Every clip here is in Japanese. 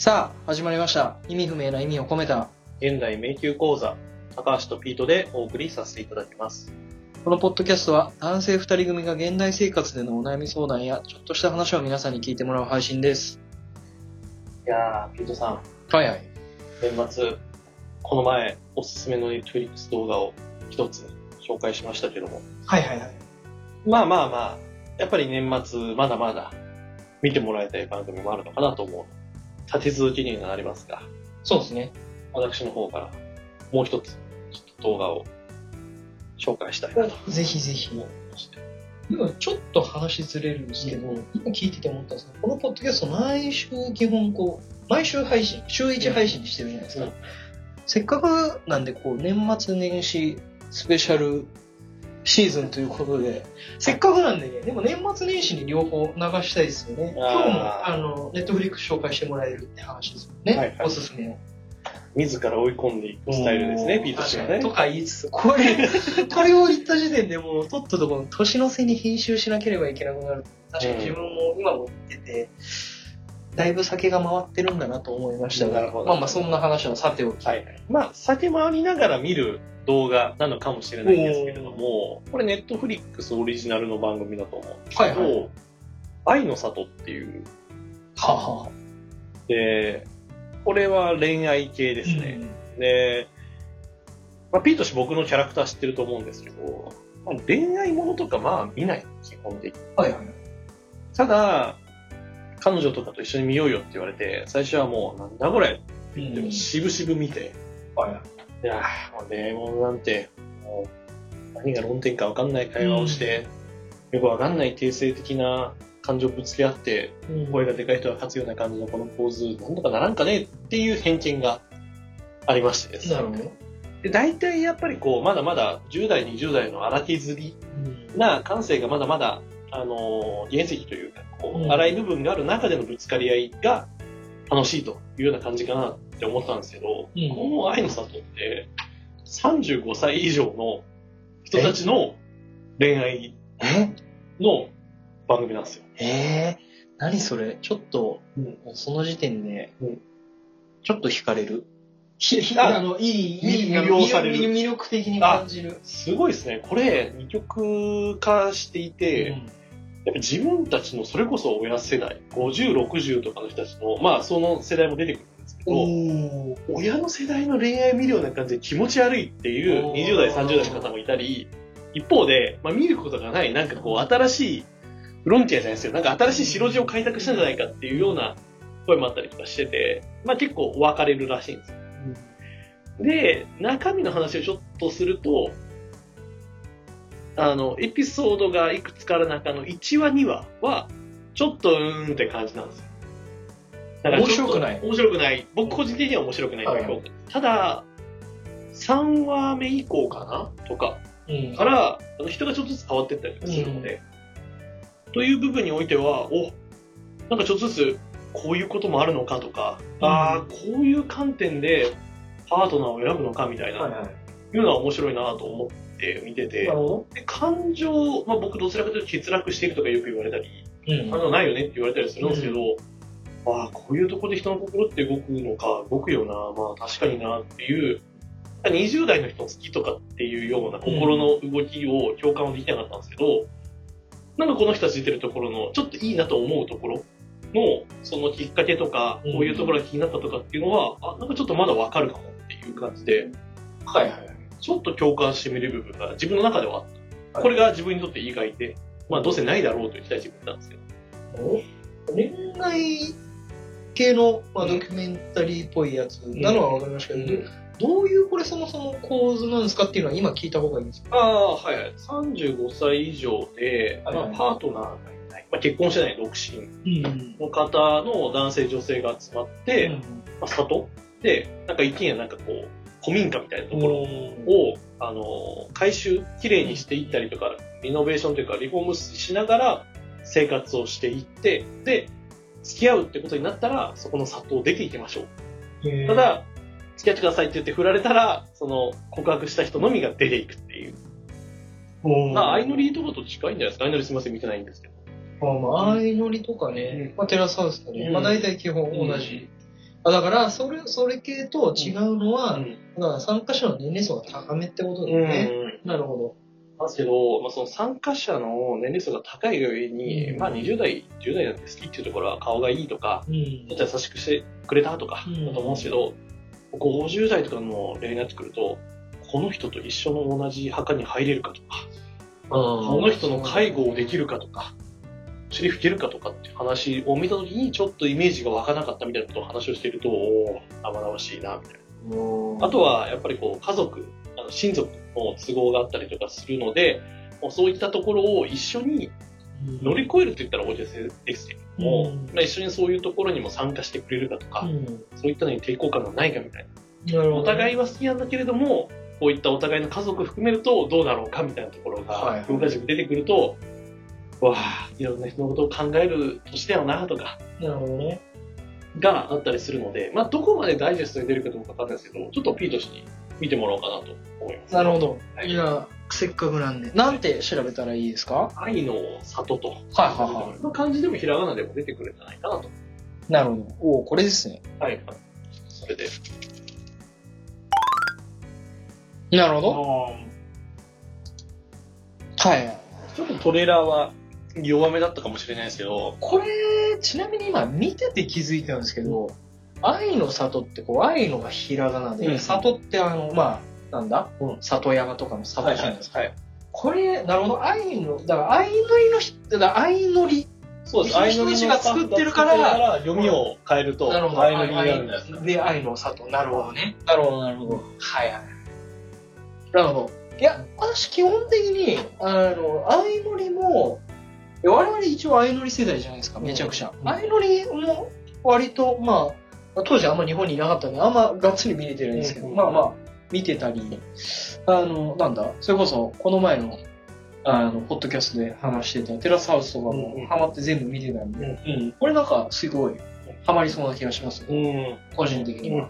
さあ、始まりました。意味不明な意味を込めた現代迷宮講座、高橋とピートでお送りさせていただきます。 このポッドキャストは男性2人組が現代生活でのお悩み相談やちょっとした話を皆さんに聞いてもらう配信です。 いやー、ピートさん、 はいはい。 年末、この前おすすめの Netflix 動画を一つ紹介しましたけども。 はいはいはい。 まあ、やっぱり年末まだまだ見てもらいたい番組もあるのかなと思う。立て続けにはなりますが、 そうですね。 私の方からもう一つちょっと動画を紹介したいなとぜひぜひ。 思いまして。 今ちょっと話ずれるんですけど、今聞いてて思ったんですけど、このポッドキャスト毎週基本毎週配信、週1配信にしてるじゃないですか。せっかくなんで年末年始スペシャルシーズンということで、せっかくなんでね、でも年末年始に両方流したいですよね。今日もネットフリックス紹介してもらえるって話ですよね。 はいはい、 おすすめを。 自ら追い込んでいくスタイルですね、ピート氏はね。 とか言いつつ、これを言った時点でもうとっとと年の瀬に編集しなければいけなくなる。確かに自分も今も言ってて、だいぶ酒が回ってるんだなと思いましたが、まあそんな話はさておき。 はい。まあ酒回りながら見る動画なのかもしれないんですけれども、これネットフリックスオリジナルの番組だと思うんですけど、はいはい、愛の里っていう。 はあはあ。 で、これは恋愛系ですね。で、ピート氏僕のキャラクター知ってると思うんですけど、恋愛ものとか見ない、基本的に。 はいはい。 ただ、彼女とかと一緒に見ようよって言われて、最初はもうなんだこれって言っても渋々見て、いやもうね、もうなんて、もう何が論点か分かんない会話をして、よく分かんない定性的な感情ぶつけ合って、声がでかい人が勝つような感じのこの構図、なんとかならんかねっていう偏見がありましてですね。 なるほど。 で、大体やっぱりまだまだ10代、20代の荒削りな感性がまだまだ、原石というか、荒い部分がある中でのぶつかり合いが楽しいというような感じかなって思ったんですけど、この愛の里って35歳以上の人たちの恋愛の番組なんですよ。 何それ？ちょっと、その時点で、ちょっと惹かれる。 魅了される。 魅力的に感じる。 すごいですね。これ、二極化していて、やっぱ自分たちのそれこそ親世代、50、60とかの人たちの、その世代も出てくるんですけど、親の世代の恋愛見るような感じで気持ち悪いっていう20代、30代の方もいたり、一方で、見ることがない、新しいフロンティアじゃないですよ。新しい白地を開拓したんじゃないかっていうような声もあったりとかしてて、結構分かれるらしいんですよ。で、中身の話をちょっとすると、エピソードがいくつかある中の1話2話は、ちょっとって感じなんですよ。 面白くない。 面白くない。僕個人的には面白くない。ただ、3話目以降かなとか、から、人がちょっとずつ変わっていったりとかするので、という部分においては、ちょっとずつこういうこともあるのかとか、こういう観点でパートナーを選ぶのかみたいな、いうのは面白いなと思って見てて、で感情、僕どちらかというと欠落しているとかよく言われたり、ないよねって言われたりするんですけど、こういうところで人の心って動くのか、動くよな、確かになっていう、20代の人の好きとかっていうような心の動きを共感はできなかったんですけど、この人たち出てるところのちょっといいなと思うところのそのきっかけとか、こういうところが気になったとかっていうのは、ちょっとまだわかるかもっていう感じで、ちょっと共感してみる部分が自分の中ではあった。これが自分にとって意外で、どうせないだろうという期待値なんですけど。 恋愛系の、ドキュメンタリーっぽいやつなのはわかりましたけど、どういうそもそも構図なんですかっていうのは今聞いた方がいいんですか ？35歳以上で、パートナーがいない、結婚してない独身の方の男性女性が集まって、里で、一軒家古民家みたいなところを、改修、きれいにしていったりとか、リノベーションというかリフォームしながら生活をしていって、で、付き合うってことになったら、そこの里を出ていきましょう。ただ、付き合ってくださいって言って振られたら、その告白した人のみが出ていくっていう。相乗りとかと近いんじゃないですか。相乗りすみません、見てないんですけど。 相乗りとかね、テラスハウスとね、大体基本同じだからそれ系と違うのは、だから参加者の年齢層が高めってことだよね。なるほど。 ですけど、その参加者の年齢層が高いがゆえに、20代、10代なんて好きっていうところは顔がいいとか、ちょっと優しくしてくれたとか、だと思うんですけど、50代とかの例になってくると、この人と一緒の同じ墓に入れるかとか、この人の介護をできるかとか、尻拭けるかとかっていう話を見たときに、ちょっとイメージが湧かなかったみたいなことを話をしていると、生々しいな、みたいな。あとは、やっぱりこう、家族、親族の都合があったりとかするので、そういったところを一緒に乗り越えるって言ったら大げさですけども、一緒にそういうところにも参加してくれるかとか、そういったのに抵抗感がないかみたいな。お互いは好きなんだけれども、こういったお互いの家族含めるとどうだろうかみたいなところが、文化塾出てくると、わあ、いろんな人のことを考える年だよなとか、 なるほどね。 があったりするので、どこまでダイジェストに出るかどうかわかんないですけど、ちょっと P として見てもらおうかなと思います。 なるほど。いや、せっかくなんで。なんて調べたらいいですか？ 愛の里と。 はい。 漢字でもひらがなでも出てくるんじゃないかなと。 なるほど。これですね。 はい。それで。 なるほど。はい。 ちょっとトレーラーは弱めだったかもしれないですけど。 これ、ちなみに今見てて気づいたんですけど、愛の里って愛のがひらがなで、里ってなんだ、里山とかの里じゃないですか。これ、なるほど、愛の、だから相乗りの人、相乗り。 そうです。相乗りが作ってるから、読みを変えると、相乗りになるんです。 で、愛の里。なるほどね。なるほど。はい。なるほど。いや、私基本的に、相乗りも、我々一応相乗り世代じゃないですか、めちゃくちゃ。相乗りも割と、当時あんま日本にいなかったんで、あんまがっつり見れてるんですけど、見てたり、それこそ、この前の、ポッドキャストで話してたテラスハウスとかもハマって全部見てたんで、これなんかすごいハマりそうな気がしますよ、個人的には。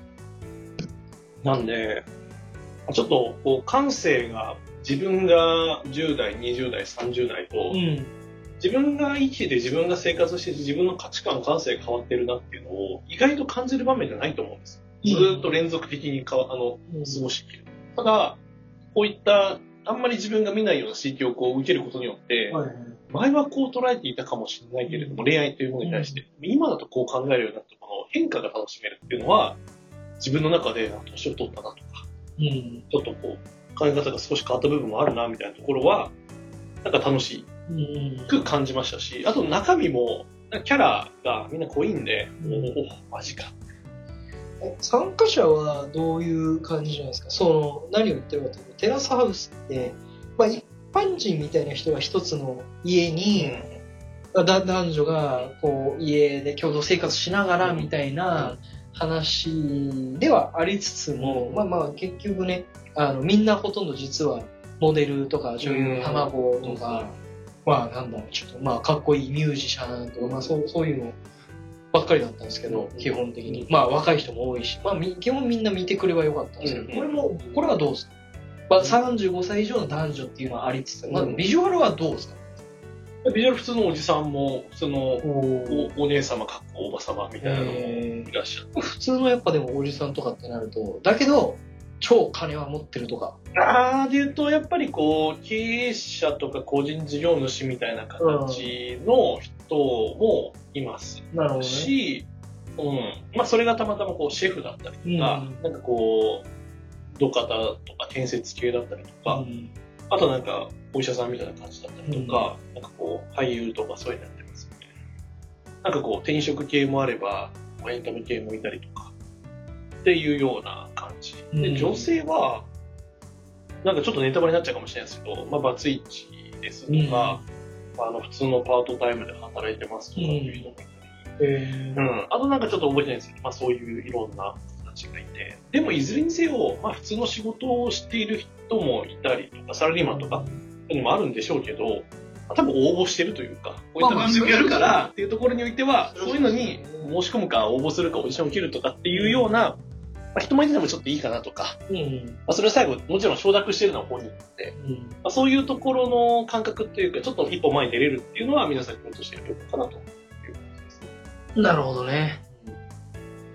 なんで、ちょっとこう感性が自分が10代、20代、30代と、自分が生きてて自分が生活してて自分の価値観、感性が変わってるなっていうのを意外と感じる場面じゃないと思うんです。ずっと連続的に過ごしている。ただ、こういったあんまり自分が見ないような刺激を受けることによって、前はこう捉えていたかもしれないけれども、恋愛というものに対して、今だとこう考えるようになったこの変化が楽しめるっていうのは、自分の中で年を取ったなとか、ちょっと考え方が少し変わった部分もあるなみたいなところは、なんか楽しく感じましたし、あと中身も、キャラがみんな濃いんで、マジか。 参加者はどういう感じじゃないですか？何を言ってるかというと、テラスハウスって、一般人みたいな人が一つの家に、男女が家で共同生活しながらみたいな話ではありつつも、結局ね、みんなほとんど実はモデルとか女優卵とか、ちょっとかっこいいミュージシャンとか、そういうのばっかりだったんですけど、基本的に。若い人も多いし、基本みんな見てくればよかったんですけど、これはどうですか？35歳以上の男女っていうのはありつつ、ビジュアルはどうですか？ ビジュアル普通のおじさんも、普通のお姉様、おば様みたいなのもいらっしゃる。 普通のやっぱでもおじさんとかってなると、だけど、超金は持ってるとか。 で言うと、やっぱり経営者とか個人事業主みたいな形の人もいます。 なるほどね。 し、それがたまたまシェフだったりとか、土方とか建設系だったりとか、あとお医者さんみたいな感じだったりとか、俳優とかそういうのやってますね。転職系もあれば、エンタメ系もいたりとか、っていうような感じ。で、女性は、ちょっとネタバレになっちゃうかもしれないですけど、バツイチですとか、普通のパートタイムで働いてますとかいう人もいたり、あとちょっと覚えてないですけど、そういういろんな人たちがいて、でもいずれにせよ、普通の仕事をしている人もいたりとか、サラリーマンとか、そういうのもあるんでしょうけど、多分応募してるというか、こういった番組やるからっていうところにおいては、そういうのに申し込むか応募するかオーディションを受けるとかっていうような、人前ででもちょっといいかなとか、それを最後もちろん承諾してるのは本人で、そういうところの感覚っていうか、ちょっと一歩前に出れるっていうのは皆さんにとしてよかったかなという感じですね。 なるほどね。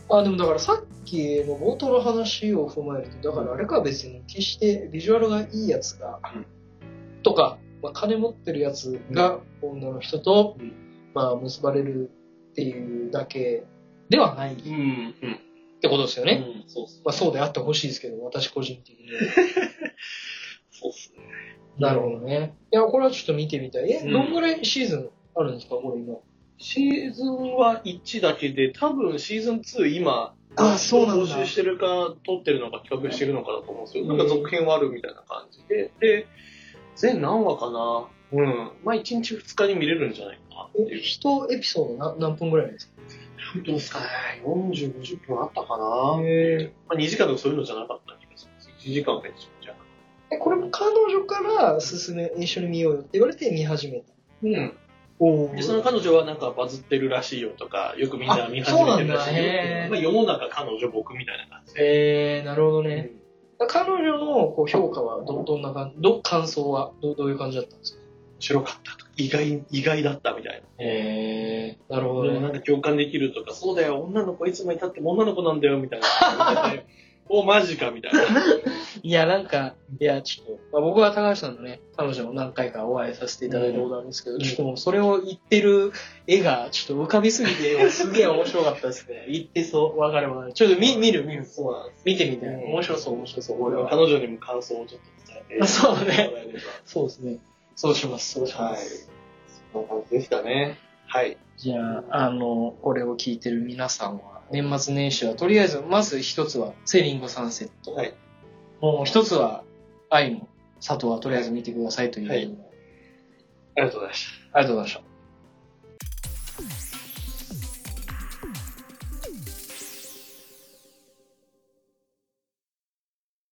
でもだからさっきの冒頭の話を踏まえると、だからあれか別に決してビジュアルがいいやつが、とか、金持ってるやつが女の人と、結ばれるっていうだけではないってことですよね。そうであってほしいですけど、私個人的に。 そうっすね。 なるほどね。いや、これはちょっと見てみたい。どんぐらいシーズンあるんですか、これ今。 シーズンは1だけで、多分シーズン2今、 そうなんだ。 募集してるか、撮ってるのか、企画してるのかだと思うんですよ。なんか続編はあるみたいな感じで。で、全何話かな。1日2日に見れるんじゃないかなっていう。 一エピソード何分ぐらいですか？ 何分ですかね。40、50分あったかな。2時間とかそういうのじゃなかった気がします。1時間が一緒じゃなこれも彼女から一緒に見ようよって言われて見始めた。 で、その彼女はなんかバズってるらしいよとか、よくみんな見始めてるらしいよって。世の中彼女僕みたいな感じで。 なるほどね。彼女の評価はどんな感じ、感想はどういう感じだったんですか？ 面白かったとか、意外だったみたいな。 なるほどね。 なんか共感できるとか、そうだよ、女の子いつまで経っても女の子なんだよみたいな。マジかみたいな。 いや、ちょっと、僕は高橋さんのね、彼女も何回かお会いさせていただいたことあるんですけど、ちょっともうそれを言ってる絵がちょっと浮かびすぎて、すげえ面白かったですね。言ってそう、わかる。ちょっと見る。そうなんです。見てみて。面白そう。 俺は彼女にも感想をちょっと伝えて。 そうね。そうですね。そうします。 はい。そんな感じですかね。はい。 じゃあ、これを聞いてる皆さんは、年末年始はとりあえず、まず一つは、セリンゴサンセット。もう一つは、愛の里はとりあえず見てくださいという。 ありがとうございました。 ありがとうございました。